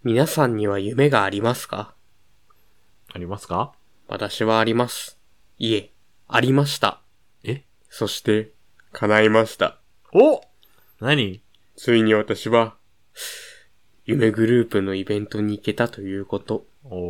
皆さんには夢がありますか？ ありますか？ 私はあります。いえ、ありました。 え？ そして、叶いました。 お！何？ ついに私は、夢グループのイベントに行けたということ。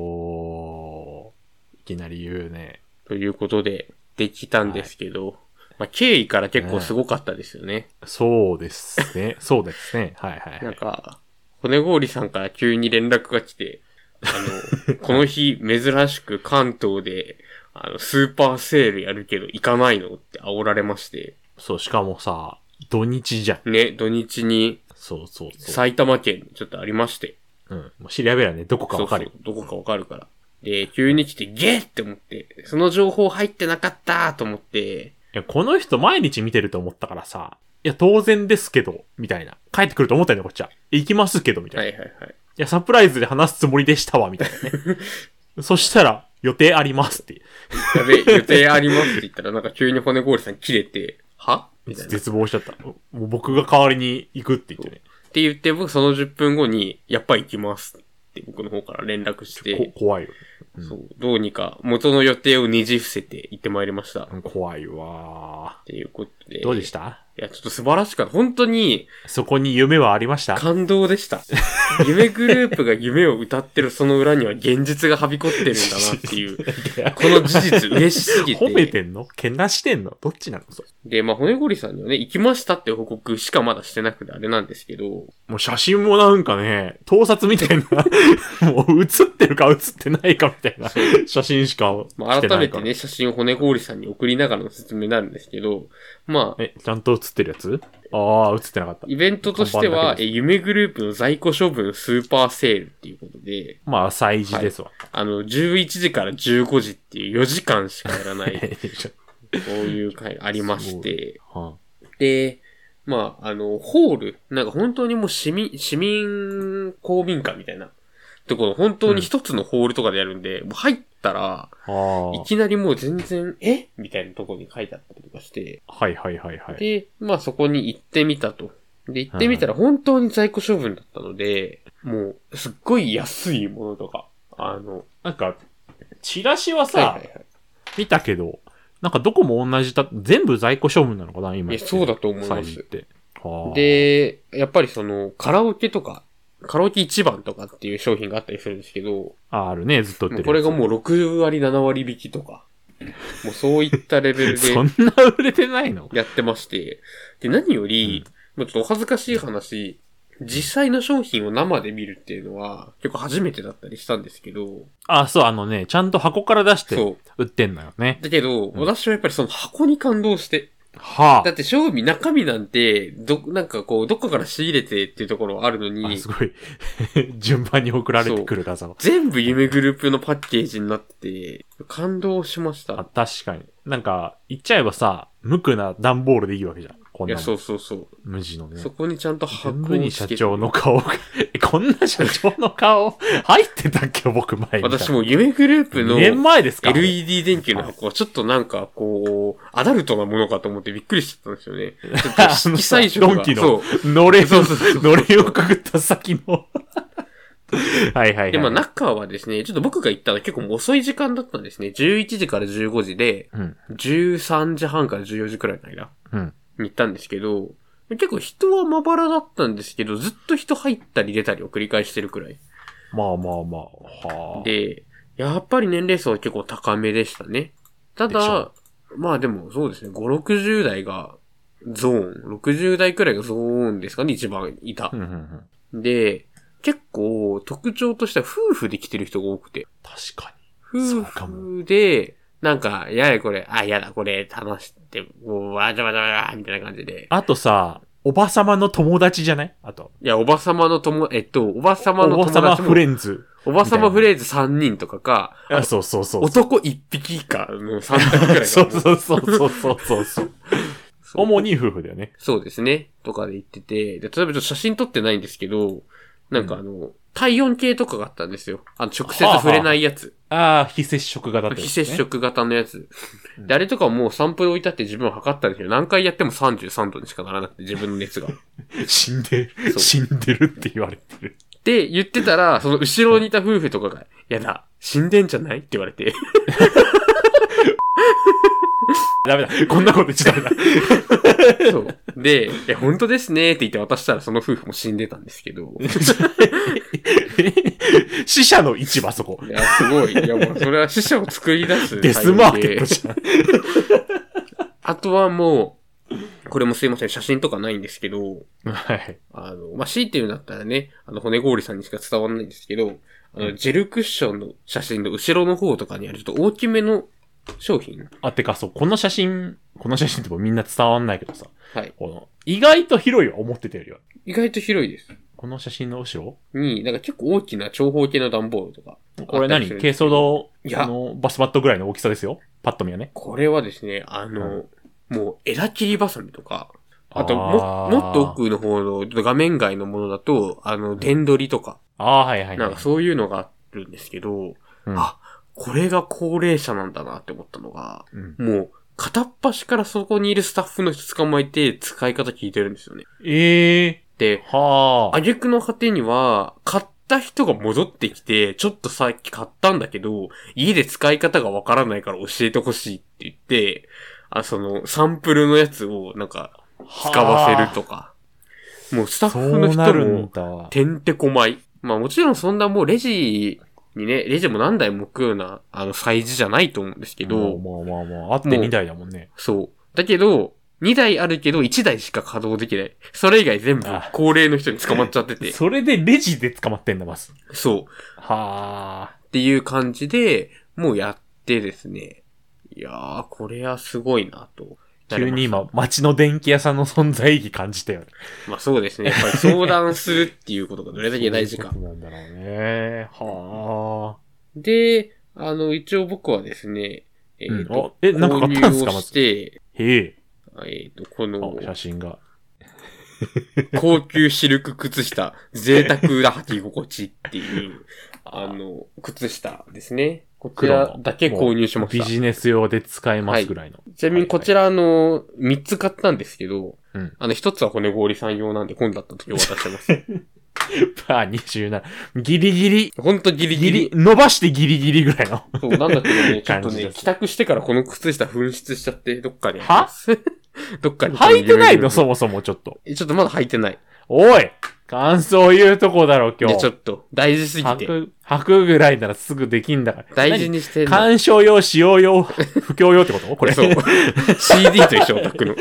いきなり言うね。 ということで、できたんですけど、まあ、経緯から結構すごかったですよね。 そうですね。そうですね。はいはい、はい。 なんか、骨氷さんから急に連絡が来て、この日珍しく関東で、スーパーセールやるけど行かないのって煽られまして。 そう、しかもさ、土日じゃん。 ね、土日に、 そうそうそう。 埼玉県にちょっとありまして。 うん。もう調べりゃね、どこかわかるよ。 そうそう、どこかわかるから。で、急に来てゲーって思って、その情報入ってなかったと思って。 いや、この人毎日見てると思ったからさ、いや、当然ですけど、みたいな。帰ってくると思ったよね、こっちは。行きますけど、みたいな。 はいはいはい。 いや、サプライズで話すつもりでしたわ、みたいなね。そしたら、予定ありますって。 やべ、予定ありますって言ったら、なんか急に骨氷さん切れて、はみたいな。 絶望しちゃった。もう僕が代わりに行くって言ってね。 って言って、僕その10分後に、やっぱり行きますって僕の方から連絡して。 怖いよ、 うん。そう。どうにか元の予定をねじ伏せて行ってまいりました。 怖いわー。 っていうことで。 どうでした？ いや、ちょっと素晴らしかった。本当に。 そこに夢はありました？ 感動でした。夢グループが夢を歌ってるその裏には現実がはびこってるんだなっていう。この事実嬉しすぎて。 褒めてんの？けなしてんの？どっちなの？ で、まあ、骨氷さんにはね、行きましたって報告しかまだしてなくてあれなんですけど。もう写真もなんかね、盗撮みたいな、もう写ってるか写ってないかみたいな写真しか来てないから。 改めてね、写真を骨氷さんに送りながらの説明になるんですけど、まあ。 ちゃんと写ってるやつ？ああ、映ってなかった。 イベントとしては、夢グループの在庫処分スーパーセールっていうことで。 まあ、催事ですわ。 はい、11時から15時っていう4時間しかやらない、こういう会ありまして。で、まあ、ホール、なんか本当にもう市民公民館みたいなところ、本当に一つのホールとかでやるんで、もう入ったら、いきなりもう全然、みたいなところに書いてあったりとかして。 はいはいはいはい。 で、まあそこに行ってみたと。で、行ってみたら本当に在庫処分だったので、もう、すっごい安いものとか、 なんか、チラシはさ、見たけど、なんかどこも同じだ、全部在庫処分なのかな、今。 いや、そうだと思います。 ってで、やっぱりカラオケとか、カラオケ一番とかっていう商品があったりするんですけど。 あるね、ずっと売ってる。 これがもう6割、7割引きとか。もうそういったレベルで。 そんな売れてないの？ やってまして。で、何より、もうちょっとお恥ずかしい話、実際の商品を生で見るっていうのは結構初めてだったりしたんですけど。 あ、そう、ちゃんと箱から出して売ってんのよね。 だけど、私はやっぱりその箱に感動して。 はあ。 だって中身なんて、なんかこう、どっかから仕入れてっていうところあるのに。 すごい。順番に送られてくる画像。 全部夢グループのパッケージになってて、感動しました。 確かに。なんか、言っちゃえばさ、無垢な段ボールでいいわけじゃん。こんなの。 いや、そうそうそう。 無地のね。 そこにちゃんと箱を全部に社長の顔が、こんな社長の顔、入ってたっけ僕前に。 私も夢グループの年前ですか LED 電球の箱はちょっとなんかこう、アダルトなものかと思ってびっくりしちゃったんですよね。色彩色が。 ドンキののれんをくぐった先の。はいはい。 で、まあ中はですね、ちょっと僕が行ったのは結構遅い時間だったんですね。11時から15時で、13時半から14時くらいの間に行ったんですけど、結構人はまばらだったんですけど、ずっと人入ったり出たりを繰り返してるくらい。 まあ。はあ。で、やっぱり年齢層は結構高めでしたね。ただ、まあでもそうですね、5、60代がゾーン、60代くらいがゾーンですかね、一番いた。で、結構特徴としては夫婦で来てる人が多くて。 確かに。 夫婦で、なんか、やだこれ、話して、もう、わじゃわじゃわじゃ、みたいな感じで。 あとさ、おばさまの友達じゃない？あと。 いや、おばさまのおばさまの友達も。 おばさまフレンズ。 おばさまフレンズ3人とかか。 そう。 男1匹か、3択くらいか。 そう。主に夫婦だよね。 そうですね。とかで言ってて、で、例えばちょっと写真撮ってないんですけど、なんか体温計とかがあったんですよ。直接触れないやつ。 非接触型って、 非接触型のやつ。で、あれとかもうサンプル置いてあって自分は測ったんですけど、何回やっても33度にしかならなくて、自分の熱が。 死んでるって言われてる。 で、言ってたら、その後ろにいた夫婦とかが、やだ、死んでんじゃないって言われて。 ダメだ。こんなこと言っちゃダメだ。 そう。で、本当ですねって言って渡したらその夫婦も死んでたんですけど。 死者の市場そこ。 いや、すごい。いや、もうそれは死者を作り出す。 デスマーケットじゃん。 あとはもう、これもすいません、写真とかないんですけど、 はい。 まあ、強いて言うんだったらね、骨氷さんにしか伝わらないんですけど、ジェルクッションの写真の後ろの方とかにあるちょっと大きめの商品。 てかそう、この写真ってもみんな伝わんないけどさ。 はい。 意外と広いよ、思ってたよりは。 意外と広いです。 この写真の後ろに、なんか結構大きな長方形の段ボールとか。 これ何軽装のバスバットぐらいの大きさですよ。パッと見はね。 これはですね、もう枝切りバサミとか、あともっと奥の方の画面外のものだと、電取りとか。 はいはいはい。 なんかそういうのがあるんですけど、これが高齢者なんだなって思ったのが、もう片っ端からそこにいるスタッフの人捕まえて使い方聞いてるんですよね。で、挙句の果てには、買った人が戻ってきて、ちょっとさっき買ったんだけど、家で使い方がわからないから教えてほしいって言って、そのサンプルのやつをなんか使わせるとか。もうスタッフの人もてんてこまい。まあもちろんそんなもうレジも何台も置くようなサイズじゃないと思うんですけど。 まあ、あって2台だもんね。 そう。だけど、2台あるけど1台しか稼働できない。それ以外全部高齢の人に捕まっちゃってて。 それでレジで捕まってんだ、まず。 そう。っていう感じで、もうやってですね。いやー、これはすごいなと。 急に今、街の電気屋さんの存在意義感じたよね。 まあそうですね。やっぱり相談するっていうことがどれだけ大事か。 そうなんだろうね。 で、一応僕はですね、 なんか買ったんですか、まず。 この、 写真が。 高級シルク靴下、贅沢な履き心地っていう、靴下ですね。こちらだけ購入しました。 ビジネス用で使えますぐらいの。 ちなみにこちら3つ買ったんですけど、1つは骨氷さん用なんで今度だった時渡してます。 27。ギリギリ。 ほんとギリギリ。 伸ばしてギリギリぐらいの。 そう、なんだけどね、ちょっとね、帰宅してからこの靴下紛失しちゃって、どっかに。どっかに。 履いてないのそもそもちょっと。 ちょっとまだ履いてない。 おい感想言うとこだろ、今日。 ちょっと、大事すぎて。 履くぐらいならすぐできんだから。 大事にしてんの。 鑑賞用、使用用、不況用ってことこれ。 そう。CD と一緒、炊くの。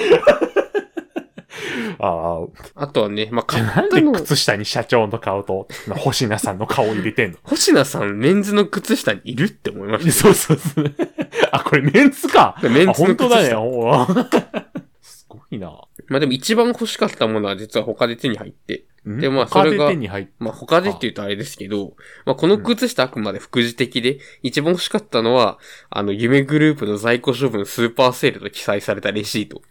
あとはね、まあ、 なんで靴下に社長の顔と、星名さんの顔を入れてんの星名さん、メンズの靴下にいるって思いました、 ね。そう。これメンズか。 メンズの靴下。 本当だね。すごいな。 まあでも一番欲しかったものは実は他で手に入って。で、まあそれが、まあ他でって言うとあれですけど、まあこの靴下あくまで副次的で、一番欲しかったのは、夢グループの在庫処分スーパーセールと記載されたレシート。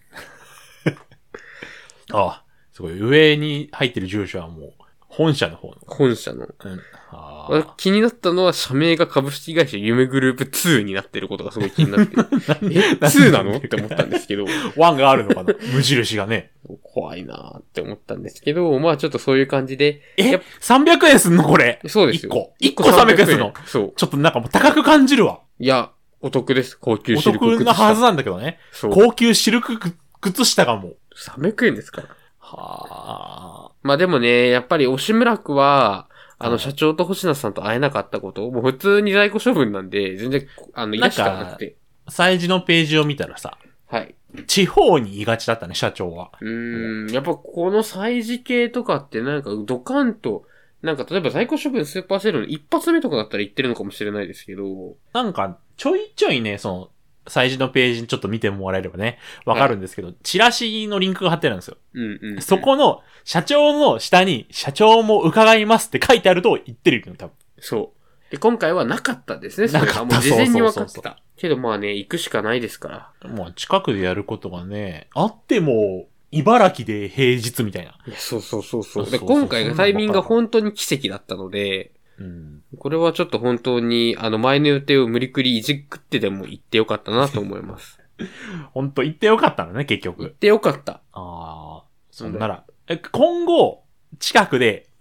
すごい。上に入ってる住所はもう、本社の方の。 本社の。気になったのは社名が株式会社夢グループ2になってることがすごい気になって。2なのって思ったんですけど。 1があるのかな無印がね。 怖いなーって思ったんですけど、まあちょっとそういう感じで。 300円すんのこれ。 そうですよ。 1個300円すんの。 そう。 ちょっとなんかもう高く感じるわ。 いや、お得です。高級シルク靴下。 お得なはずなんだけどね。高級シルク靴下がもう。 300円ですから。まあでもね、やっぱり押村区は、社長と星名さんと会えなかったこと、もう普通に在庫処分なんで、全然、嫌しかなくて。 催事のページを見たらさ、 はい。 地方にいがちだったね、社長は。 やっぱこの催事系とかってなんかドカンと、なんか例えば在庫処分スーパーセールの一発目とかだったら言ってるのかもしれないですけど。 なんか、ちょいちょいね、催事のページにちょっと見てもらえればね、わかるんですけど、チラシのリンクが貼ってあるんですよ。そこの、社長の下に、社長も伺いますって書いてあると言ってるよ、多分。 そう。で、今回はなかったですね、それが。もう事前に分かってた。けどまあね、行くしかないですから。 もう近くでやることがね、あっても、茨城で平日みたいな。 そう。で、今回がタイミングが本当に奇跡だったので、これはちょっと本当に、前の予定を無理くりいじくってでも行ってよかったなと思います。 本当行ってよかったのね、結局。 行ってよかった。 そんなら。今後、近くで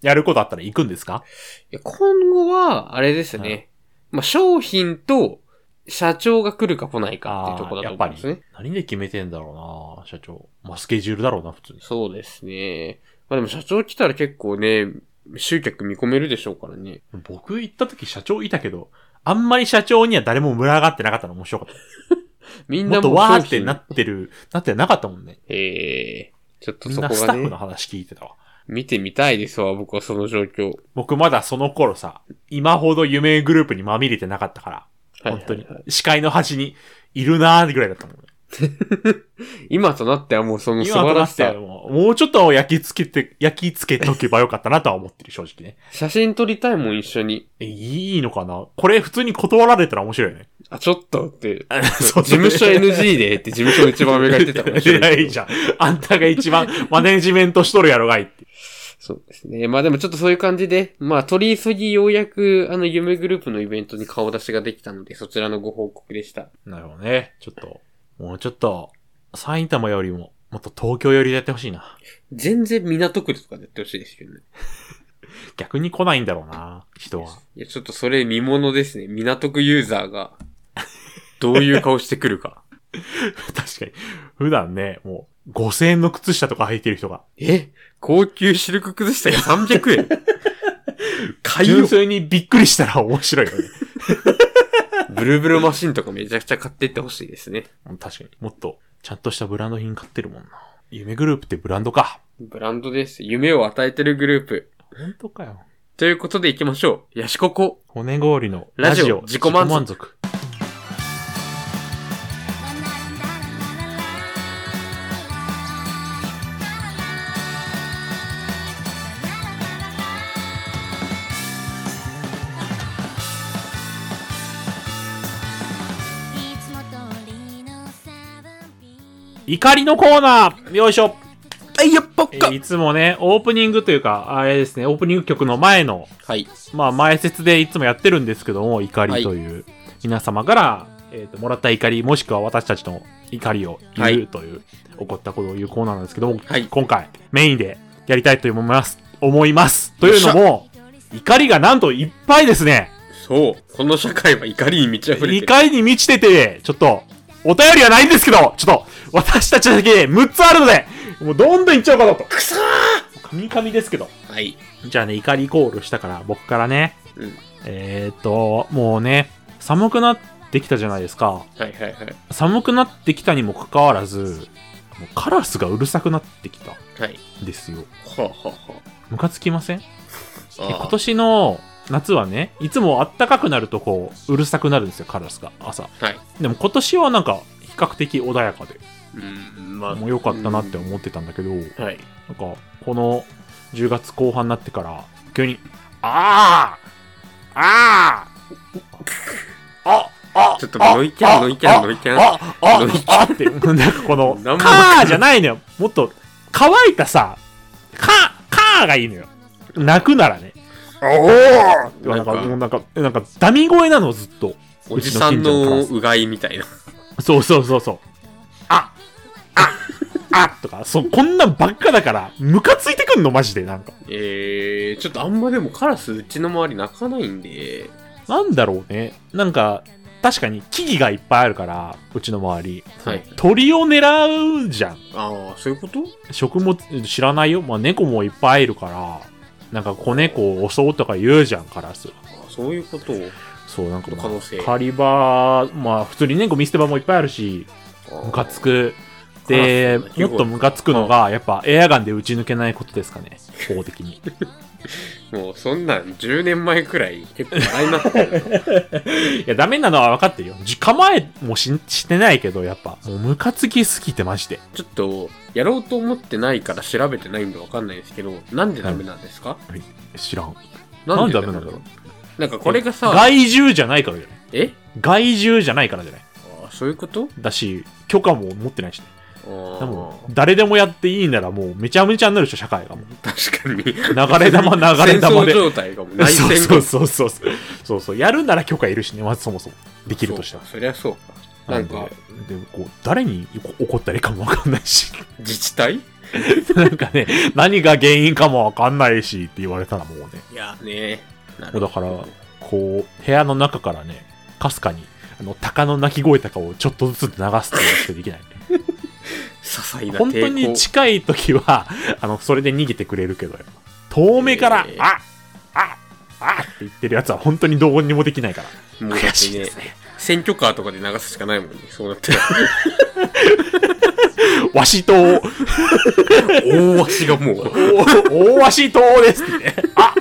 やることあったら行くんですか？ いや今後は、あれですね。まあ、商品と、社長が来るか来ないかっていうところだと思うんですね。 やっぱり。何で決めてんだろうな、社長。まあ、スケジュールだろうな、普通に。 そうですね。まあでも社長来たら結構ね、集客見込めるでしょうからね。 僕行った時社長いたけど、あんまり社長には誰も群がってなかったの面白かった。 みんなもっとわーってなってなかったもんね。 ちょっとそこがね。 みんなスタッフの話聞いてたわ。 見てみたいですわ、僕はその状況。 僕まだその頃さ、今ほど夢グループにまみれてなかったから、本当に、視界の端にいるなーぐらいだったもんね。 今となってはもうその素晴らしさ。 もうちょっと焼き付けとけばよかったなとは思ってる、正直ね。 写真撮りたいもん、一緒に。 いいのかな？これ普通に断られたら面白いよね。 あ、ちょっとって。事務所 NG でって事務所の一番上が言ってたら面白い。 いや、いいじゃん。あんたが一番マネジメントしとるやろがいって。 そうですね。まあでもちょっとそういう感じで、まあ取り急ぎようやく夢グループのイベントに顔出しができたので、そちらのご報告でした。 なるほどね。もうちょっと、埼玉よりも、もっと東京寄りでやってほしいな。 全然港区とかでやってほしいですけどね。 逆に来ないんだろうな、人は。 いや、ちょっとそれ見物ですね。港区ユーザーが、どういう顔してくるか。 確かに。普段ね、もう、5000円の靴下とか履いてる人が。 高級シルク靴下が300円純粋にびっくりしたら面白いよね。 ブルブルマシンとかめちゃくちゃ買っていってほしいですね。 確かに。もっと、ちゃんとしたブランド品買ってるもんな。夢グループってブランドか。 ブランドです。夢を与えてるグループ。 本当かよ。 ということで行きましょう。ヤシココ。 骨氷のラジオ自己満足。怒りのコーナーよいしょいつもね、オープニングというか、あれですね、オープニング曲の前の、 はい。 まあ前説でいつもやってるんですけども、怒りという、皆様から、もらった怒り、もしくは私たちの怒りを言うという、起こったことを言うコーナーなんですけども、今回メインでやりたいと思います。というのも、怒りがなんといっぱいですね。 そう。この社会は怒りに満ち溢れてる。 怒りに満ちてて、ちょっと、お便りはないんですけど、ちょっと、私たちだけ6つあるので、もうどんどんいっちゃおうかなと。 くそー神ですけど。 はい。 じゃあね、怒りコールしたから、僕からね。もうね、寒くなってきたじゃないですか。寒くなってきたにもかかわらず、もうカラスがうるさくなってきた。ですよ。ムカつきません？今年の夏はね、いつも暖かくなるとこう、うるさくなるんですよ、カラスが、朝。でも今年はなんか、比較的穏やかで。もう良かったなって思ってたんだけど、なんか、この10月後半になってから、急に、ちょっとノイキャンって、なんかこの、カーじゃないのよ。もっと、乾いたさ、カーがいいのよ。泣くならね。なんか、ダミ声なの、ずっと。 おじさんのうがいみたいな。 そう。とか、こんなんばっかだから、ムカついてくんの、マジで、なんか。 ちょっとあんまでもカラス、うちの周り泣かないんで。 なんだろうね。なんか、確かに木々がいっぱいあるから、うちの周り。鳥を狙うじゃん。 そういうこと？ 食物、知らないよ。まあ、猫もいっぱいいるから、なんか子猫を襲うとか言うじゃん、カラス。 そういうことそう、なんか、狩り場、まあ、普通にね、ゴミ捨て場もいっぱいあるし、ムカつく。で、もっとムカつくのが、やっぱエアガンで撃ち抜けないことですかね。法的に。 もうそんなん10年前くらい結構笑いになってる。 いや、ダメなのは分かってるよ。構えもしてないけど、やっぱ、もうムカつきすぎてマジで。 ちょっと、やろうと思ってないから調べてないんで分かんないですけど、なんでダメなんですか？ 知らん。 なんでダメなんだろう？なんかこれがさ、 害獣じゃないからじゃない？ え？ 害獣じゃないからじゃない？ そういうこと？ だし、許可も持ってないしね。でも誰でもやっていいならもうめちゃめちゃになるでしょ、社会がもう。 確かに。 流れ玉で。戦争状態がもう内戦が。そう。やるなら許可いるしね、まずそもそも。できるとしたら。 そりゃそうか。なんか。 で、誰に怒ったらいいかもわかんないし。 自治体？ なんかね、何が原因かもわかんないしって言われたらもうね。 いやね。 だから、こう、部屋の中からね、かすかに、鷹の鳴き声とかをちょっとずつ流すってしかできないね。 些細な抵抗。 本当に近い時は、それで逃げてくれるけど、遠目から、あって言ってるやつは本当にどうにもできないから。 もう悔しいですね。選挙カーとかで流すしかないもんね。そうなったら。 わしと、 大わしがもう。 大わしとですってね。あ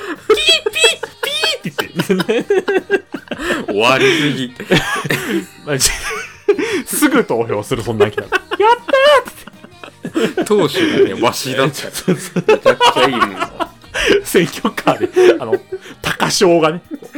ピーって言って。 終わりすぎ。 マジすぐ投票する、そんな気だ。やったーって。党首がね、わしだったら。めちゃくちゃいいもんだ。 選挙カーで、高賞がね。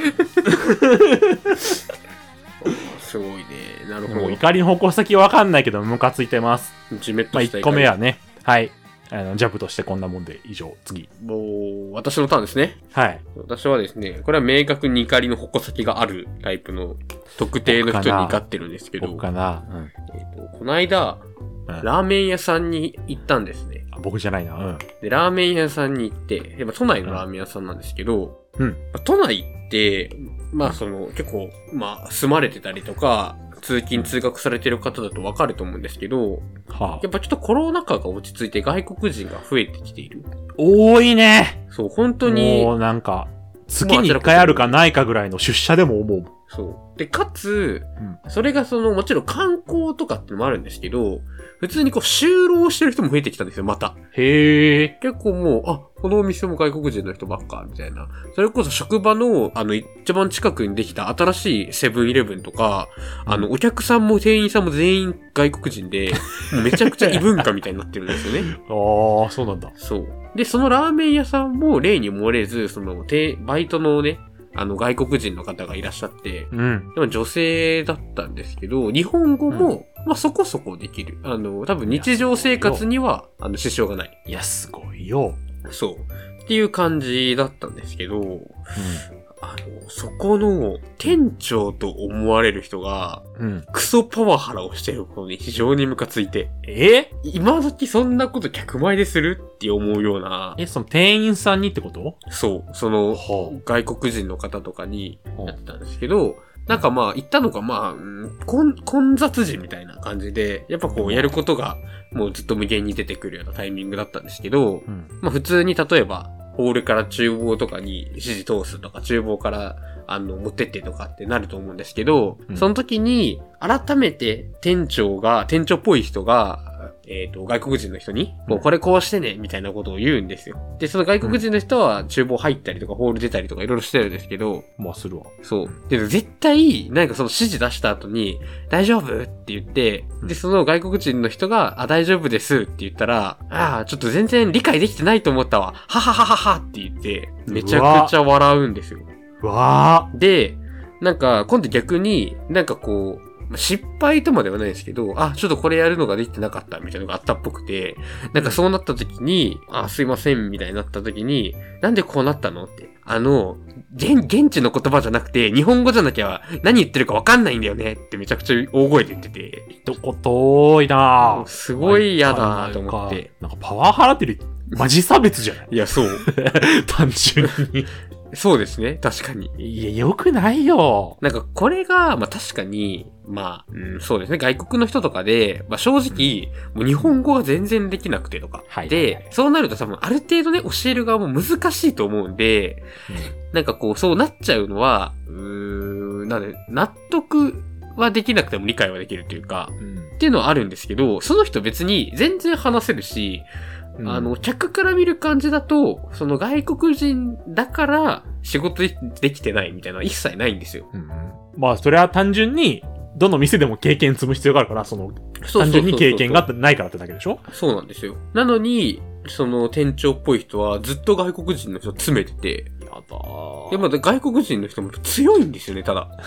すごいね。なるほど。 もう怒りの矛先わかんないけど、ムカついてます。 じめっとした 1個目はね、はい。ジャブとしてこんなもんで以上、次。 もう、私のターンですね。 はい。 私はですね、これは明確に怒りの矛先があるタイプの特定の人に怒ってるんですけど。 僕かな。 この間、ラーメン屋さんに行ったんですね。 僕じゃないな。 で、ラーメン屋さんに行って、都内のラーメン屋さんなんですけど、都内って、結構、住まれてたりとか、通勤通学されてる方だとわかると思うんですけど、やっぱちょっとコロナ禍が落ち着いて外国人が増えてきている。 多いね。 そう、本当に。 もうなんか、月に1回あるかないかぐらいの出社でも思う。 そう。で、かつ、それがもちろん観光とかってのもあるんですけど、普通に就労してる人も増えてきたんですよ、また。 へー。 結構もう、このお店も外国人の人ばっか、みたいな。それこそ職場の、一番近くにできた新しいセブンイレブンとか、お客さんも店員さんも全員外国人で、もうめちゃくちゃ異文化みたいになってるんですよね。 ああ、そうなんだ。 そう。で、そのラーメン屋さんも例に漏れず、バイトのね、外国人の方がいらっしゃって、でも女性だったんですけど、日本語も、そこそこできる。多分日常生活には、支障がない。 いや、すごいよ。 そう。っていう感じだったんですけど、そこの店長と思われる人が、クソパワハラをしてることに非常にムカついて。今時そんなこと客前でするって思うような。 その店員さんにってこと？ そう。外国人の方とかにやってたんですけど、なんか行ったのが混雑時みたいな感じで、やっぱやることがもうずっと無限に出てくるようなタイミングだったんですけど、普通に例えば、ホールから厨房とかに指示通すとか、厨房から持ってってとかってなると思うんですけど、その時に改めて店長っぽい人が、外国人の人に、これこうしてね、みたいなことを言うんですよ。で、その外国人の人は厨房入ったりとか、ホール出たりとかいろいろしてるんですけど、 するわ。 そう。で、絶対、なんかその指示出した後に、大丈夫って言って、で、その外国人の人が、大丈夫ですって言ったら、ちょっと全然理解できてないと思ったわ。はははははって言って、めちゃくちゃ笑うんですよ。で、なんか、今度逆に、なんか失敗とまではないですけど、ちょっとこれやるのができてなかったみたいなのがあったっぽくて、なんかそうなった時に、すいませんみたいになった時に、なんでこうなったのって。現地の言葉じゃなくて、日本語じゃなきゃ何言ってるかわかんないんだよねってめちゃくちゃ大声で言ってて。 一言多いなぁ。 すごい嫌だなと思って。 なんかパワハラってる、マジ差別じゃない？ いや、そう。 単純に。 そうですね。確かに。 いや、良くないよ。 なんか、これが、確かに、そうですね。外国の人とかで、正直、もう日本語が全然できなくてとか。で、そうなると多分、ある程度ね、教える側も難しいと思うんで、なんかそうなっちゃうのは、納得はできなくても理解はできるというか、っていうのはあるんですけど、その人別に全然話せるし、客から見る感じだと、その外国人だから仕事できてないみたいなのは一切ないんですよ。 それは単純に、どの店でも経験積む必要があるから、単純に経験がないからってだけでしょ？ そうなんですよ。なのに、その店長っぽい人はずっと外国人の人詰めてて、でも外国人の人も強いんですよね、ただ。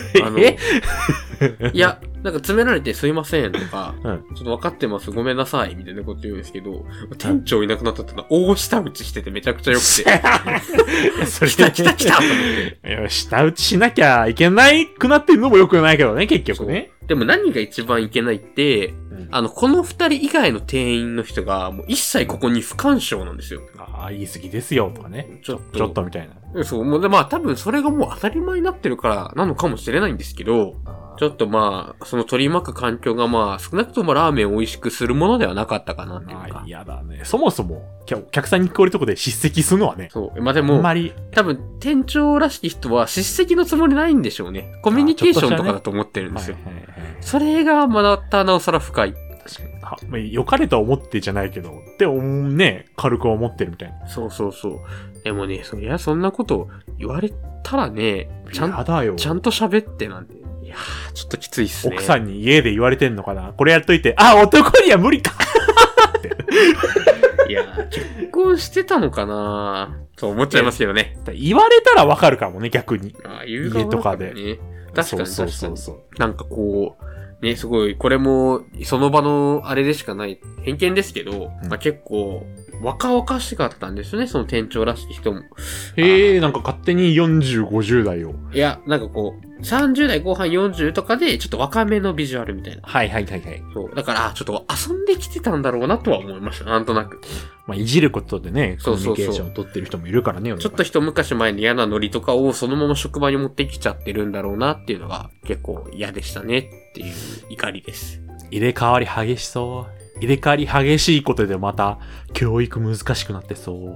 いや、なんか詰められてすいませんとか、ちょっと分かってます、ごめんなさい、みたいなこと言うんですけど、店長いなくなったってのは大舌打ちしててめちゃくちゃ良くて。それ来たと思って。 舌打ちしなきゃいけないくなってるのも良くないけどね、結局ね。 でも何が一番いけないって、この二人以外の店員の人が、もう一切ここに不干渉なんですよ。 ああ、言い過ぎですよ、とかね。ちょっとみたいな。 そう、もうで、まあ多分それがもう当たり前になってるからなのかもしれないんですけど、ちょっとまあ、その取り巻く環境がまあ、少なくともラーメンを美味しくするものではなかったかなっていうか。 嫌だね。そもそも、お客さんに聞こえるとこで叱責するのはね。 そう。まあでも、あんまり、多分、店長らしき人は叱責のつもりないんでしょうね。コミュニケーションとかだと思ってるんですよ。それがまたなおさら深い。 確かに。良かれとは思ってじゃないけど、でもね、軽く思ってるみたいな。 そうそうそう。でもね、そんなこと言われたらね、ちゃんと喋ってなんて。いやー、ちょっときついっすね。 奥さんに家で言われてんのかな、これやっといて、男には無理かって。 いやー、結婚してたのかなと思っちゃいますけどね。 言われたらわかるかもね、逆に。 家とかで。 確かに確かに。なんかこう、ね、すごい、これも、その場のあれでしかない偏見ですけど、まあ、結構、若々しかったんですね、その店長らしき人も。 なんか勝手に40、50代を。 いや、なんかこう、30代後半40とかで、ちょっと若めのビジュアルみたいな。 はい。 そう。だから、ちょっと遊んできてたんだろうなとは思いました、なんとなく。 まあ、いじることでね、コミュニケーションを取ってる人もいるからね。 ちょっと一昔前に嫌なノリとかをそのまま職場に持ってきちゃってるんだろうなっていうのが結構嫌でしたねっていう怒りです。 入れ替わり激しそう。入れ替わり激しいことでまた教育難しくなってそう。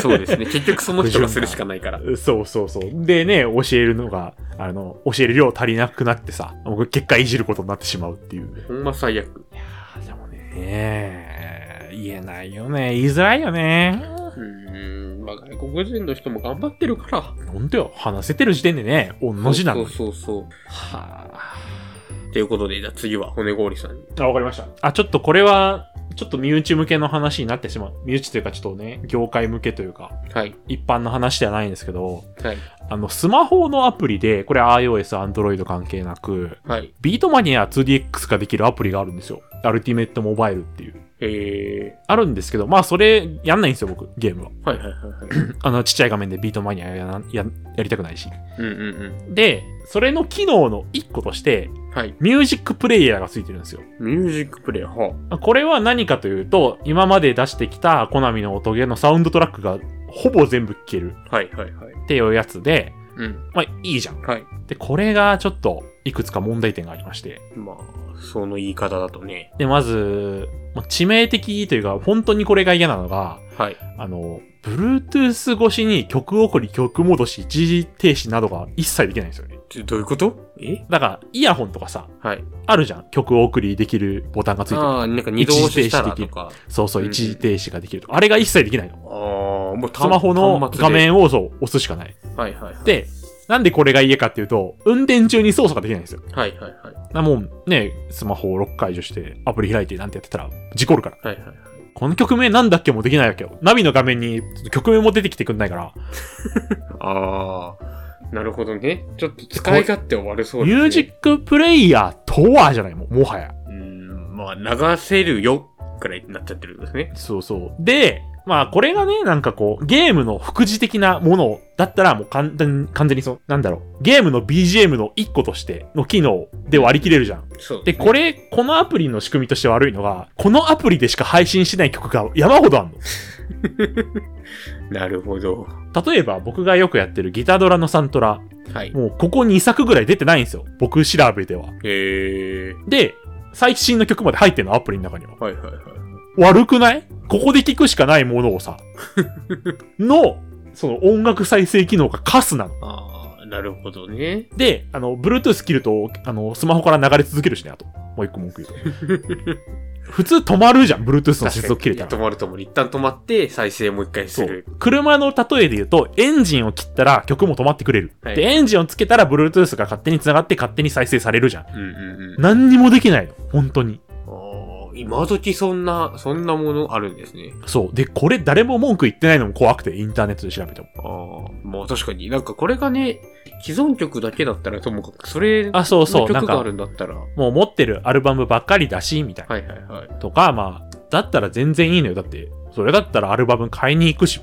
そうですね。結局その人がするしかないから。 そう。でね、教えるのが、教える量足りなくなってさ、結果いじることになってしまうっていう。 ほんま最悪。 いやー、でもね、言えないよね。言いづらいよね。 まあ外国人の人も頑張ってるから。 ほんとよ。話せてる時点でね、同じなの。 そう。はぁ。ということで、じゃあ次は骨氷さんに。 わかりました。ちょっとこれは、ちょっと身内向けの話になってしまう。身内というかちょっとね、業界向けというか、 はい。 一般の話ではないんですけど、 はい。 スマホのアプリで、これ iOS、Android 関係なく、 はい。 ビートマニア 2DX ができるアプリがあるんですよ。アルティメットモバイルっていう。あるんですけど、まあそれやんないんですよ、僕、ゲームは。 はい。 ちっちゃい画面でビートマニアやりたくないし。 うん。 で、それの機能の一個として、 はい。 ミュージックプレイヤーがついてるんですよ。 ミュージックプレイヤー、 これは何かというと、今まで出してきたコナミの音ゲーのサウンドトラックがほぼ全部聴ける。 はい。 っていうやつで、まあいいじゃん。 はい。 で、これがちょっといくつか問題点がありまして。 まあ、その言い方だとね。 で、まず、致命的というか、本当にこれが嫌なのが、 はい。 Bluetooth 越しに曲送り、曲戻し、一時停止などが一切できないんですよね。 どういうこと？ だから、イヤホンとかさ、 はい。 あるじゃん。曲送りできるボタンがついてる。 なんか二度押ししたらとか。 そう、一時停止ができるとか。あれが一切できないの。 もうスマホの画面を押すしかない。 はい。 で、なんでこれが嫌かっていうと、運転中に操作ができないんですよ。 はい。 もうね、スマホをロック解除して、アプリ開いてなんてやってたら、事故るから。 はい。 この曲名なんだっけもできないわけよ。ナビの画面に曲名も出てきてくんないから。 なるほどね。ちょっと使い勝手終わるそうですね。 ミュージックプレイヤーとはじゃないもはや。 まあ、流せるよ、くらいになっちゃってるんですね。 そう。で、まあ、これがね、なんかこう、ゲームの副次的なものだったらもう完全にゲームの BGM の一個としての機能で割り切れるじゃん。 そうで、このアプリの仕組みとして悪いのが、このアプリでしか配信しない曲が山ほどあんの。 なるほど。 例えば、僕がよくやってるギタドラのサントラ。 はい。 もう、ここ2作ぐらい出てないんですよ。僕調べでは。で、最新の曲まで入ってんの、アプリの中には。 はい。 悪くない？ここで聴くしかないものをさ、その音楽再生機能がカスなの。 なるほどね。 で、Bluetooth 切ると、スマホから流れ続けるしね、あと。もう一個文句言うと。普通止まるじゃん、Bluetooth の接続切れたら。 止まる。一旦止まって、再生もう一回する。 車の例えで言うと、エンジンを切ったら曲も止まってくれる。はい、で、エンジンをつけたら Bluetooth が勝手に繋がって勝手に再生されるじゃん。何にもできないの、本当に。 今時そんなものあるんですね。 そう。で、これ誰も文句言ってないのも怖くて、インターネットで調べても。まあ確かになんかこれがね、既存曲だけだったらともかく、それの曲があるんだったら。 もう持ってるアルバムばっかりだし、みたいな。 はい。 とか、まあ、だったら全然いいのよ。だって、それだったらアルバム買いに行くしも。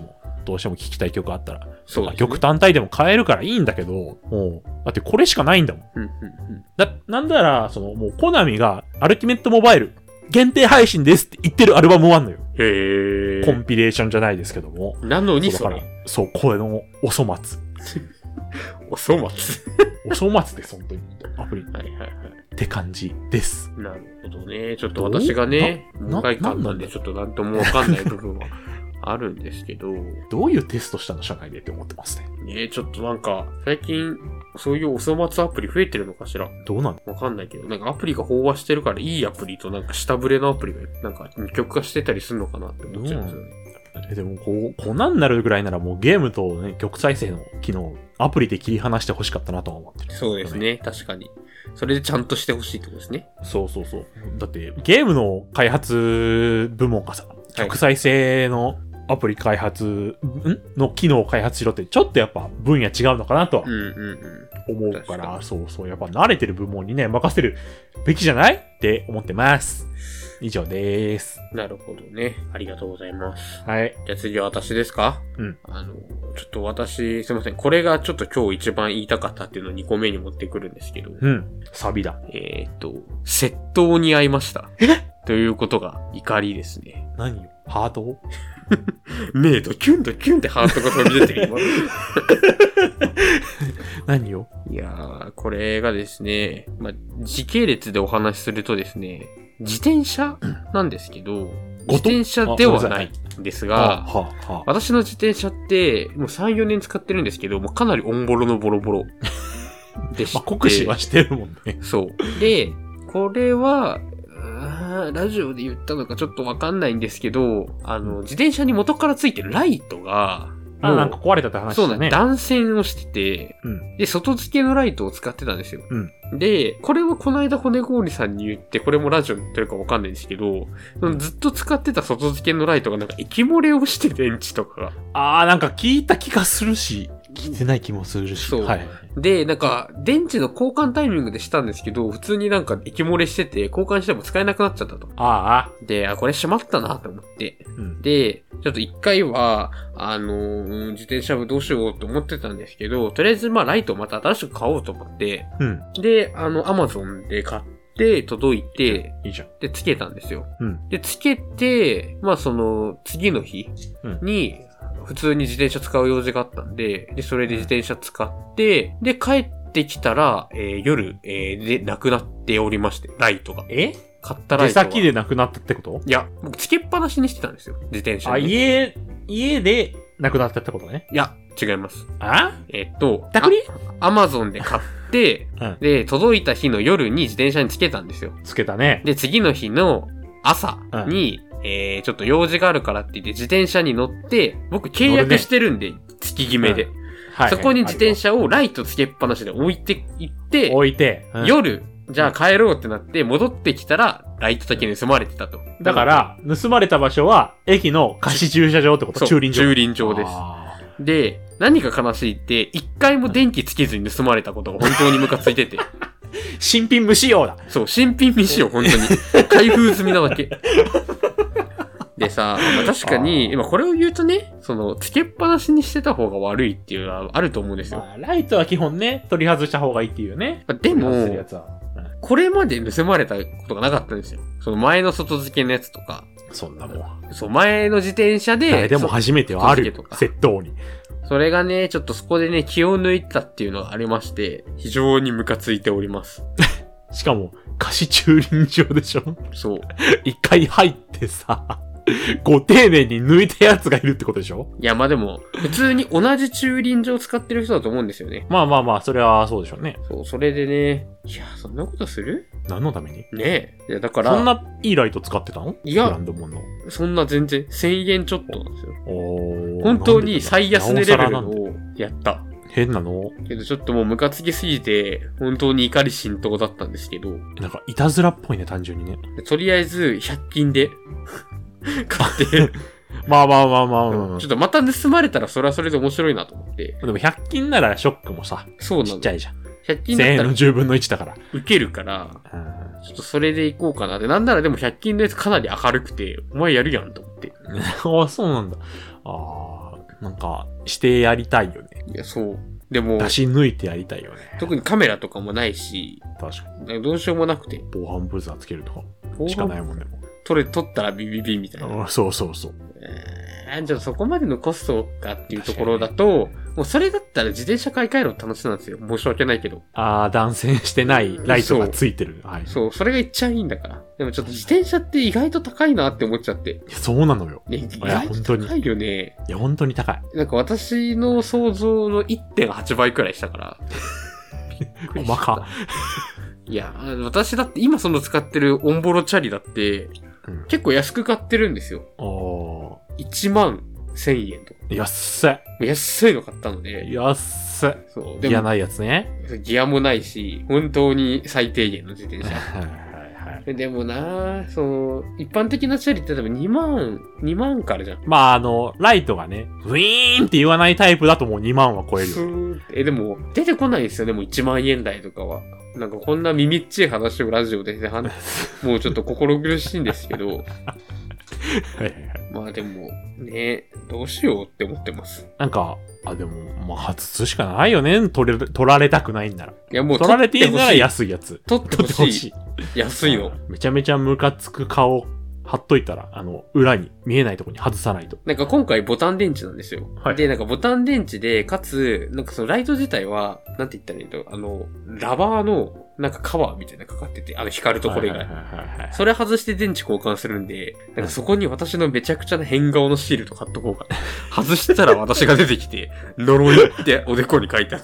どうしても聴きたい曲あったら。 そうですね。 曲単体でも変えるからいいんだけど、もう、だってこれしかないんだもん。なんだら、もう、コナミが、アルティメットモバイル、限定配信ですって言ってるアルバムもあんのよ。 へー。 コンピレーションじゃないですけども。 なのにそれ。 そう、これのお粗末。 お粗末お粗末です、本当に。アプリ。 はいはいはい。 って感じです。 なるほどね。ちょっと私がね、無回感なんでちょっとなんともわかんない部分はあるんですけど。 どういうテストしたの社内でって思ってますね。 ね、ちょっとなんか、最近、そういうお粗末アプリ増えてるのかしら。 どうなの？ わかんないけど、なんかアプリが飽和してるから、いいアプリとなんか下振れのアプリが、なんか二極化してたりするのかなって思っちゃうんですよね。 でもこんなんなるぐらいならもうゲームとね、曲再生の機能、アプリで切り離してほしかったなとは思ってる。 そうですね、確かに。それでちゃんとしてほしいってことですね。 そうそうそう。だって、ゲームの開発部門がさ、曲再生のアプリ開発、の機能を開発しろって、ちょっとやっぱ分野違うのかなとは思うから、そうそう、やっぱ慣れてる部門にね、任せるべきじゃないって思ってます。以上です。 なるほどね。ありがとうございます。 はい。 じゃあ次は私ですか？ うん。 ちょっと私、すいません。これがちょっと今日一番言いたかったっていうのを2個目に持ってくるんですけど。 うん。サビだ。 窃盗に遭いました。ということが怒りですね。 何よ？ハート目とキュンとキュンってハートが飛び出てる今。 何よ？ いやー、これがですね、時系列でお話しするとですね、自転車なんですけど、自転車ではないんですが、私の自転車ってもう3、4年使ってるんですけど、もうかなりオンボロのボロボロでして。 酷使はしてるもんね。 そう。で、これは、ラジオで言ったのかちょっとわかんないんですけど、自転車に元からついてるライトが、 なんか壊れたって話だね。 そうね。断線をしてて、で、外付けのライトを使ってたんですよ。で、これはこの間骨氷さんに言って、これもラジオに言ってるかわかんないんですけど、ずっと使ってた外付けのライトがなんか液漏れをして電池とかが。なんか聞いた気がするし、聞いてない気もするし。 そう。 はい。 で、なんか、電池の交換タイミングでしたんですけど、普通になんか液漏れしてて、交換しても使えなくなっちゃったと。で、これしまったなと思って。で、ちょっと一回は、自転車部どうしようと思ってたんですけど、とりあえずライトをまた新しく買おうと思って、で、Amazon で買って、届いて、 いいじゃん。 で、つけたんですよ。で、つけて、次の日に、普通に自転車使う用事があったんで、それで自転車使って、で、帰ってきたら、夜、で、なくなっておりまして、ライトが。買ったライトが。 出先でなくなったってこと？ いや、僕つけっぱなしにしてたんですよ、自転車に。 家でなくなったってことね。 いや、違います。 宅に Amazon で買って、で、届いた日の夜に自転車につけたんですよ。 つけたね。 で、次の日の朝に、ちょっと用事があるからって言って自転車に乗って、僕契約してるんで、月決めで。そこに自転車をライトつけっぱなしで置いていって、夜、じゃあ帰ろうってなって戻ってきたら、ライトだけ盗まれてたと。 だから、盗まれた場所は、駅の貸し駐車場ってこと？駐輪場。 駐輪場です。で、何が悲しいって、一回も電気つけずに盗まれたことが本当にムカついてて。 新品未使用だ。 そう、新品未使用、本当に。開封済みなわけ。でさ、確かに、今これを言うとね、つけっぱなしにしてた方が悪いっていうのはあると思うんですよ。 ライトは基本ね、取り外した方がいいっていうね。 でも、これまで盗まれたことがなかったんですよ。その前の外付けのやつとか。 そんなもん。 そう、前の自転車で。 誰でも初めてはあるよ。窃盗に。 それがね、ちょっとそこでね、気を抜いたっていうのがありまして、非常にムカついております。 しかも、貸し駐輪場でしょ？ そう。 一回入ってさ、ご丁寧に抜いたやつがいるってことでしょ？ いや、でも、普通に同じ駐輪場を使ってる人だと思うんですよね。 それはそうでしょうね。 そう、それでね、いや、そんなことする？ 何のために？ ねえ。いや、だから。 そんないいライト使ってたの？ いや、 ブランドもの。 そんな全然、1000円ちょっとなんですよ。本当に最安値レベルをやった。 変なの？ けどちょっともうムカつきすぎて、本当に怒り心頭だったんですけど。 なんか、いたずらっぽいね、単純にね。 とりあえず、100均で。買って。ちょっとまた盗まれたらそれはそれで面白いなと思って。 でも100均ならショックもさ、 そうなの。 ちっちゃいじゃん。 100均だったら。 1000円の10分の1だから。 受けるから、ちょっとそれでいこうかなって。なんならでも100均のやつかなり明るくて、お前やるやんと思って。 ああ、そうなんだ。 なんか、してやりたいよね。 いや、そう。でも、 出し抜いてやりたいよね。 特にカメラとかもないし、 確かに。 どうしようもなくて。 防犯ブザーつけるとかしかないもんね。 撮ったらビビビみたいな。 そうそうそう。 じゃあそこまでのコストかっていうところだと、もうそれだったら自転車買い替えるの楽しそうなんですよ。申し訳ないけど。 断線してないライトがついてる。はい。 そう、それが一番いいんだから。でもちょっと自転車って意外と高いなって思っちゃって。 いや、そうなのよ。 ね、意外と高いよね。 いや、本当に高い。 なんか私の想像の 1.8 倍くらいしたから。 細か。 いや、私だって今その使ってるオンボロチャリだって、結構安く買ってるんですよ。1万1000円とか。 安い。 安いの買ったので。 安い。 そう。 ギアないやつね。 ギアもないし、本当に最低限の自転車。でもなぁ、一般的なチャリって多分2万からじゃん。 まあライトがね、ウィーンって言わないタイプだともう2万は超えるよ。 でも、出てこないんですよね、もう1万円台とかは。なんかこんな耳っちい話をラジオでもうちょっと心苦しいんですけど。まあでも、ね、どうしようって思ってます。 なんか、でも、まあ、外すしかないよね。取られたくないんなら。いや、もう取られていいなら安いやつ。 取ってほしい。安いの。 めちゃめちゃムカつく顔貼っといたら、裏に、見えないところに外さないと。 なんか今回ボタン電池なんですよ。 はい。 で、なんかボタン電池で、かつ、なんかそのライト自体は、なんて言ったらいいんだろう、ラバーの、なんかカバーみたいなのかかってて、光るところ以外。それ外して電池交換するんで、なんかそこに私のめちゃくちゃな変顔のシールと貼っとこうか。外したら私が出てきて、呪いっておでこに書いてあって。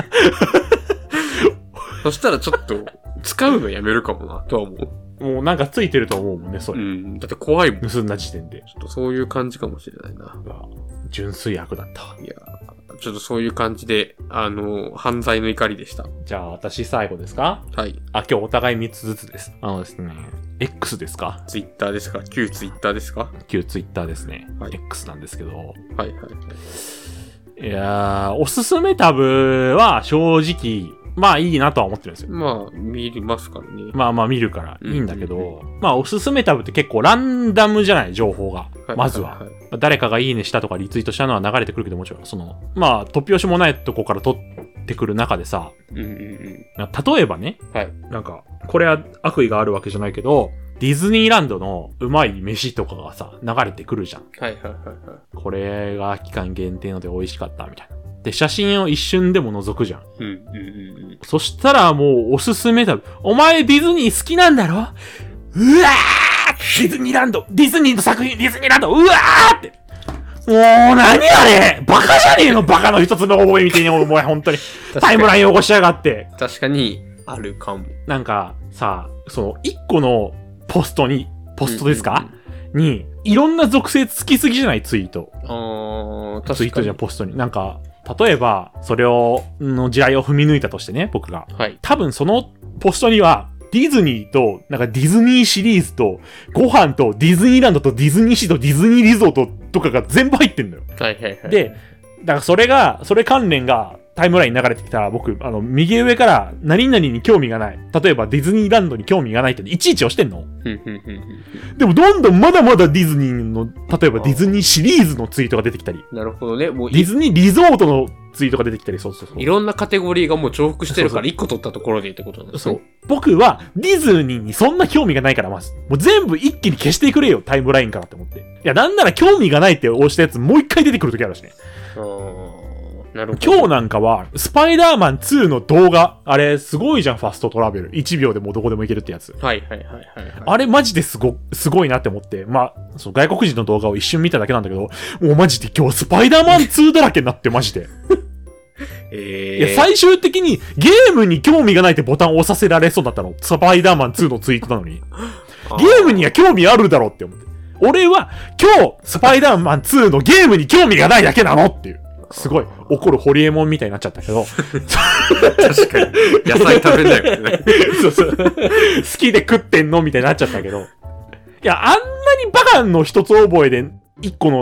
そしたらちょっと、使うのやめるかもな、とは思う。 もうなんかついてると思うもんね、それ。 だって怖いもん。 盗んだ時点で。 ちょっとそういう感じかもしれないな。 純粋悪だったわ。 いや、ちょっとそういう感じで、犯罪の怒りでした。 じゃあ私最後ですか？はい。今日お互い3つずつです。ですね、X ですか？ ツイッターですか？旧ツイッターですか？ 旧ツイッターですね。はい。X なんですけど。はいはい。 いやー、おすすめタブは正直、まあいいなとは思ってるんですよ。 まあ、見ますからね。 まあ見るからいいんだけど、まあおすすめタブって結構ランダムじゃない、情報が。まずは。誰かがいいねしたとかリツイートしたのは流れてくるけどもちろん、まあ突拍子もないとこから取ってくる中でさ、例えばね、なんか、これは悪意があるわけじゃないけど、ディズニーランドのうまい飯とかがさ、流れてくるじゃん。これが期間限定ので美味しかったみたいな。で、写真を一瞬でも覗くじゃん。そしたらもうおすすめだ。お前ディズニー好きなんだろ？うわー！ディズニーランド！ディズニーの作品！ディズニーランド！うわーって！もう何あれ！バカじゃねえの！バカの一つの覚えみたいにお前本当に。タイムライン汚しやがって。 確かに、あるかも。 なんか、さ、一個のポストですか？に、いろんな属性つきすぎじゃないツイート。 確かに。 ツイートじゃポストに。なんか、例えば、それの地雷を踏み抜いたとしてね、僕が。 はい。 多分そのポストには、ディズニーと、なんかディズニーシリーズと、ご飯とディズニーランドとディズニーシーとディズニーリゾートとかが全部入ってんのよ。 はいはいはい。 で、だからそれ関連がタイムラインに流れてきたら、僕、右上から何々に興味がない。例えばディズニーランドに興味がないっていちいち押してんの？でもどんどんまだまだディズニーの、例えばディズニーシリーズのツイートが出てきたり。 なるほどね。もうディズニーリゾートのツイートが出てきたり、そう。 いろんなカテゴリーがもう重複してるから1個取ったところでってことなんですね。 そう。僕はディズニーにそんな興味がないからまず。もう全部一気に消してくれよ、タイムラインからって思って。いや、なんなら興味がないって押したやつもう一回出てくるときあるしね。 なるほど。 今日なんかは、スパイダーマン2の動画、あれ、すごいじゃん、ファストトラベル。1秒でもうどこでも行けるってやつ。 はい。 あれマジですごいなって思って、まあ、外国人の動画を一瞬見ただけなんだけど、もうマジで今日スパイダーマン2だらけになって、マジで。いや、最終的にゲームに興味がないってボタンを押させられそうだったの。スパイダーマン2のツイートなのに。ゲームには興味あるだろって思って。俺は今日、スパイダーマン2のゲームに興味がないだけなのっていう。すごい、怒るホリエモンみたいになっちゃったけど。 確かに。野菜食べないもんね。 そう。好きで食ってんのみたいになっちゃったけど。いや、あんなにバカの一つ覚えで、1個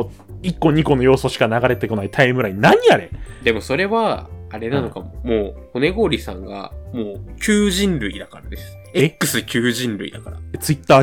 2個の要素しか流れてこないタイムライン。何あれ？ でもそれは、あれなのかも。もう、骨氷さんが、もう、旧人類だからです。X 旧人類だから。 ツイッターじゃん。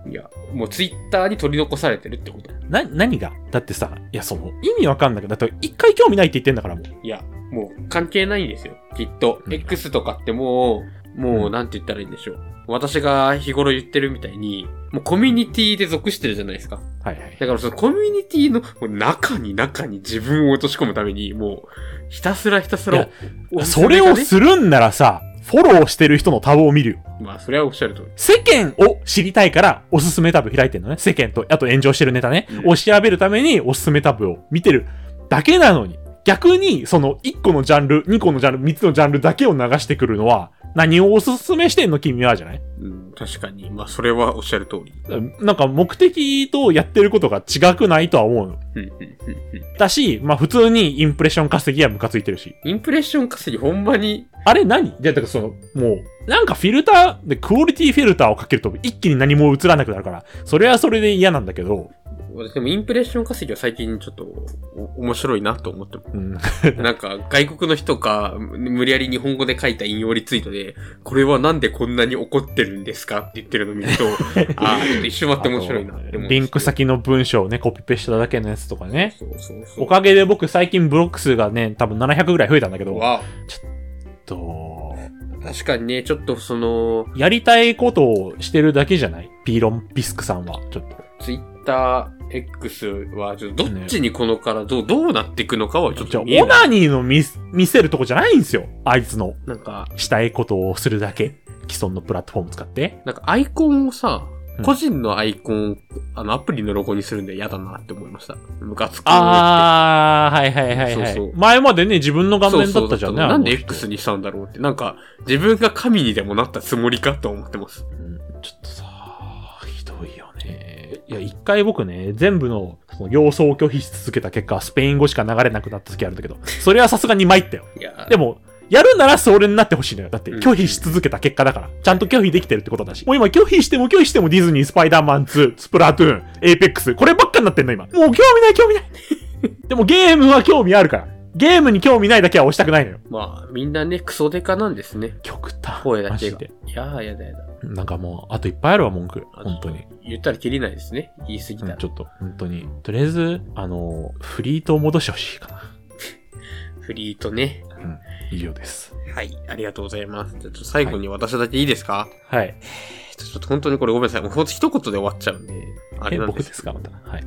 いや、もうツイッターに取り残されてるってこと。 何がだってさ、いや、意味わかんないけど、だって一回興味ないって言ってんだからもう。 いや、もう関係ないんですよ。きっと。X とかってもうなんて言ったらいいんでしょう。私が日頃言ってるみたいに、もうコミュニティで属してるじゃないですか。 はいはい。 だからそのコミュニティの中に自分を落とし込むために、もう、ひたすら。 それをするんならさ、フォローしてる人のタブを見るよ。 まあ、それはおっしゃるとおり。 世間を知りたいから、おすすめタブ開いてんのね。世間と、あと炎上してるネタね。を調べるために、おすすめタブを見てるだけなのに。逆に、1個のジャンル、2個のジャンル、3つのジャンルだけを流してくるのは、何をおすすめしてんの君はじゃない？ 確かに。まあ、それはおっしゃる通り。 なんか目的とやってることが違くないとは思うの。だし、まあ普通にインプレッション稼ぎはムカついてるし。 インプレッション稼ぎほんまに。 あれ何？だからもう、なんかフィルターでクオリティフィルターをかけると一気に何も映らなくなるから、それはそれで嫌なんだけど。 でもインプレッション稼ぎは最近ちょっと面白いなと思ってます。なんか外国の人が無理やり日本語で書いた引用リツイートで、これはなんでこんなに怒ってるんですかって言ってるのを見ると、ちょっと一瞬待って面白いなって思う。 リンク先の文章をね、コピペしただけのやつとかね。 そう。 おかげで僕最近ブロック数がね、多分700ぐらい増えたんだけど。ちょっと、 確かにね、ちょっとやりたいことをしてるだけじゃない？ピーロンピスクさんは、ちょっと。 ツイッター、X は、ちょっとどっちにこのからどうなっていくのかはちょっと見えない。 オナニーの見せるとこじゃないんですよ。あいつの。 なんか、 したいことをするだけ。既存のプラットフォーム使って。 なんかアイコンをさ、個人のアイコン、アプリのロゴにするんで嫌だなって思いました。ムカつく。 はい。そう。前までね、自分の画面だったじゃんね。 なんで X にしたんだろうって。なんか、自分が神にでもなったつもりかと思ってます。 ちょっとさ、ひどいよね。いや、一回僕ね、全部の要素を拒否し続けた結果、スペイン語しか流れなくなった時あるんだけど、それはさすがに参ったよ。でも、やるならそれになってほしいのよ。だって拒否し続けた結果だから。ちゃんと拒否できてるってことだし。もう今拒否してもディズニー、スパイダーマン2、スプラトゥーン、エイペックス。こればっかになってんの今。もう興味ない。でもゲームは興味あるから。ゲームに興味ないだけは押したくないのよ。 まあ、みんなね、クソデカなんですね。 極端。 声だけが。 いやだ。 なんかもう、あといっぱいあるわ、文句。本当に。 言ったらキリないですね。言い過ぎたら。 ちょっと、本当に。とりあえず、フリートを戻してほしいかな。 フリートね。 以上です。 はい、ありがとうございます。じゃあ最後に私だけいいですか？ はい。 ちょっと本当にこれごめんなさい。もうほんと一言で終わっちゃうんで。 あれなんです。僕ですかまた。はい。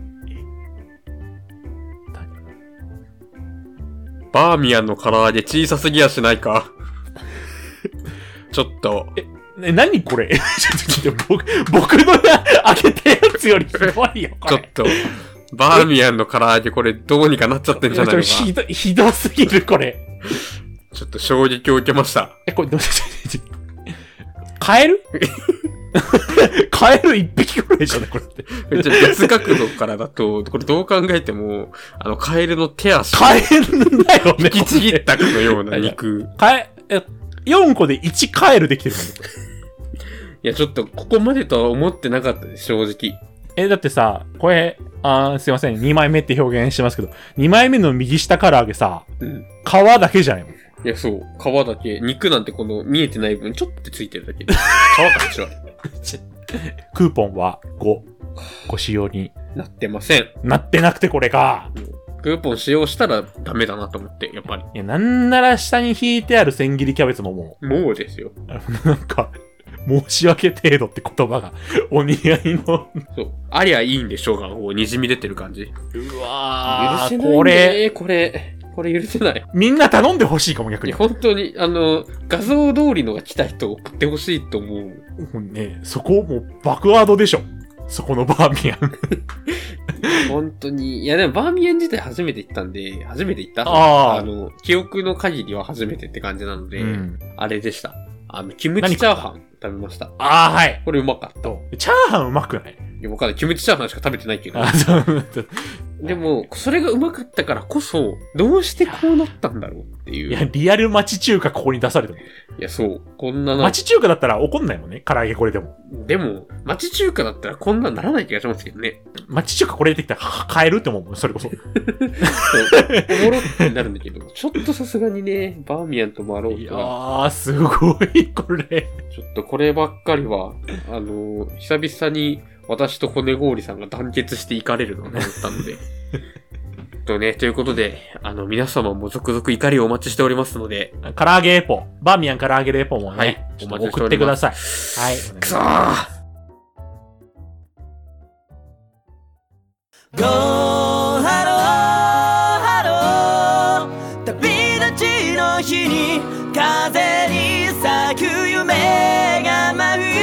バーミヤンの唐揚げ小さすぎやしないか？ちょっと。 何これ？ちょっと僕の開けたやつよりひどいよ、これ。 ちょっと。バーミヤンの唐揚げこれどうにかなっちゃってんじゃないのか。 ひどすぎる、これ。 ちょっと衝撃を受けました。 これカエルカエル一匹くらいじゃないこれって。 別角度からだと、これどう考えても、カエルの手足。 カエルだよね。 引きちぎったかのような肉。 4個で1カエルできてるからね。 いや、ちょっとここまでとは思ってなかったです、正直。 だってさ、これ、すいません、2枚目って表現してますけど、2枚目の右下唐揚げさ、皮だけじゃないもん。 いや、そう。皮だけ。肉なんてこの見えてない分ちょっとついてるだけ。皮が違う。 クーポンは5。ご使用に。 なってません。 なってなくてこれか。 クーポン使用したらダメだなと思って、やっぱり。 いや、なんなら下に引いてある千切りキャベツももう。もうですよ。 なんか、申し訳程度って言葉がお似合いの。 そう。ありゃいいんでしょうが、こう、滲み出てる感じ。 うわー。許せないね、これ許せない。 みんな頼んでほしいかも逆に。 本当に、画像通りのが来た人を送ってほしいと思う。 もうね、そこもうバックワードでしょ。そこのバーミヤン。 本当に。いやでもバーミヤン自体初めて行ったんで、初めて行った記憶の限りは初めてって感じなので、あれでした。キムチチャーハン食べました。 はい。 これうまかった。 チャーハンうまくない？ いや、わかんない。キムチチャーハンしか食べてないけど。でも、それがうまかったからこそ、どうしてこうなったんだろうっていう。 いや、リアル町中華ここに出されても。 いや、そう。こんな町中華だったら怒んないもんね。唐揚げこれでも。 でも、町中華だったらこんなならない気がしますけどね。 町中華これ出てきたら買えるって思うもん、それこそ。そうおもろってなるんだけど、ちょっとさすがにね、バーミヤンとマローとは。 すごい、これ。 ちょっとこればっかりは、久々に私と骨氷さんが団結していかれるのを思ったので。ということで、皆様も続々怒りをお待ちしておりますので。 唐揚げレポ。バーミヤン唐揚げレポもね、はい、送ってください。はい。 くそーゴーハローハロー旅立ちの日に風に咲く夢が舞う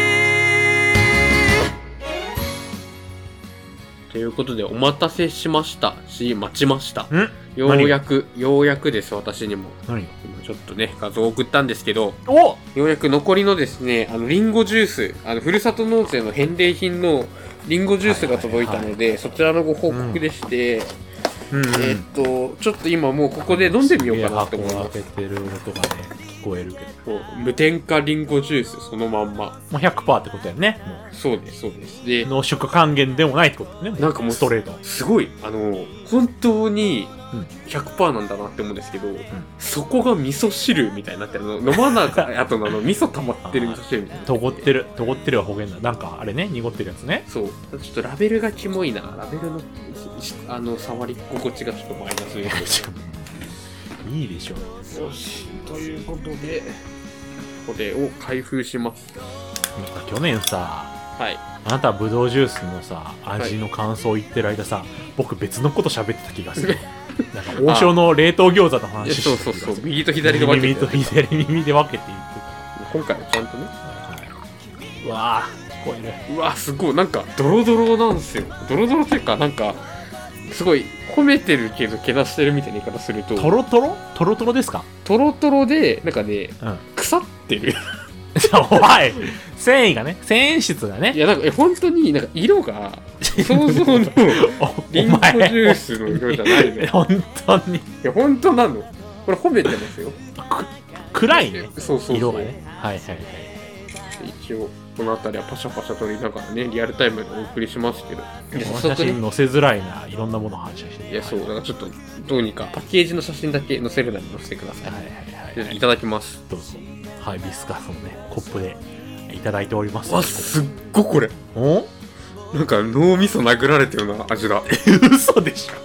ということで、お待たせしましたし、待ちました。ようやくです、私にも。 何今ちょっとね、画像を送ったんですけど、 ようやく残りのですね、リンゴジュース、ふるさと納税の返礼品のリンゴジュースが届いたので、そちらのご報告でして、ちょっと今もうここで飲んでみようかなと思います。 開けてる音がね、聞こえるけど。 無添加リンゴジュース、そのまんま。 もう 100% ってことやね。 そうです、そうです。で、 濃縮還元でもないってことね。 なんかもうストレート。 すごい、本当に 100% なんだなって思うんですけど、そこが味噌汁みたいになってるの。飲まなかった後の味噌溜まってる味噌汁みたいな。 とごってるは方言だ。なんかあれね、濁ってるやつね。 そう。ちょっとラベルがキモいな。ラベルの、触り心地がちょっとマイナスで。 いいでしょう。よし。ということで、これを開封します。 去年さ、 はい。 あなたはブドウジュースのさ、味の感想を言ってる間さ、僕別のこと喋ってた気がする。なんか王将の冷凍餃子の話してた。そう。右と左で分けて。 右と左耳で分けて言ってた。今回はちゃんとね。 うわぁ、聞こえる。 うわぁ、すごい。なんか、ドロドロなんですよ。ドロドロっていうか、なんか、すごい、褒めてるけど、けなしてるみたいな言い方すると。 トロトロですか？ トロトロで、なんかね、腐ってる。 おい繊維がね、繊維質がね。 いや、なんか、本当になんか色が、想像のリンゴジュースの色じゃないの。 本当に。いや、本当なの。これ褒めてますよ。 暗いね。 そう。 色がね。はい。 一応、この辺りはパシャパシャ撮りながらね、リアルタイムでお送りしますけど。 この写真載せづらいな、いろんなものを反射して。 いや、そう、だからちょっと、どうにかパッケージの写真だけ載せるなり載せてください。はい。いただきます。 どうぞ。はい、ビスカスのね、コップでいただいております。 わ、すっごこれ。 お？ なんか脳みそ殴られてるような味だ。 嘘でし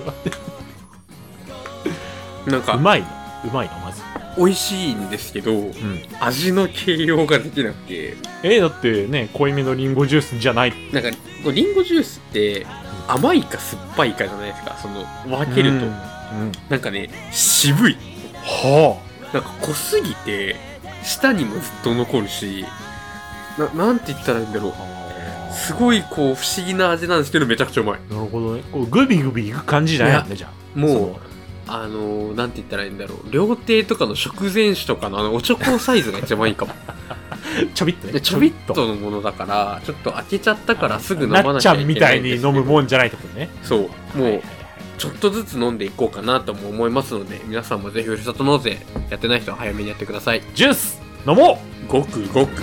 ょ。 なんか、 うまいのまず。 美味しいんですけど、味の形容ができなくて。 だってね、濃いめのリンゴジュースじゃない。 なんか、リンゴジュースって、甘いか酸っぱいかじゃないですか。分けると。なんかね、渋い。 はあ。なんか濃すぎて、舌にもずっと残るし、なんて言ったらいいんだろう。すごい不思議な味なんですけど、めちゃくちゃうまい。 なるほどね。グビグビいく感じじゃないよね、じゃあ。 もう、なんて言ったらいいんだろう。料亭とかの食前酒とかのおちょこサイズが一番いいかも。 ちょびっとね。 ちょびっとのものだから、ちょっと開けちゃったからすぐ飲まなきゃいけない。 なっちゃんみたいに飲むもんじゃないってことね。 そう。もう、ちょっとずつ飲んでいこうかなとも思いますので、皆さんもぜひふるさと納税やってない人は早めにやってください。 ジュース飲もう。 ごくごく。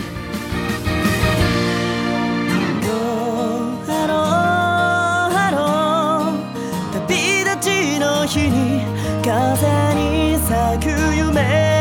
日に風に咲く夢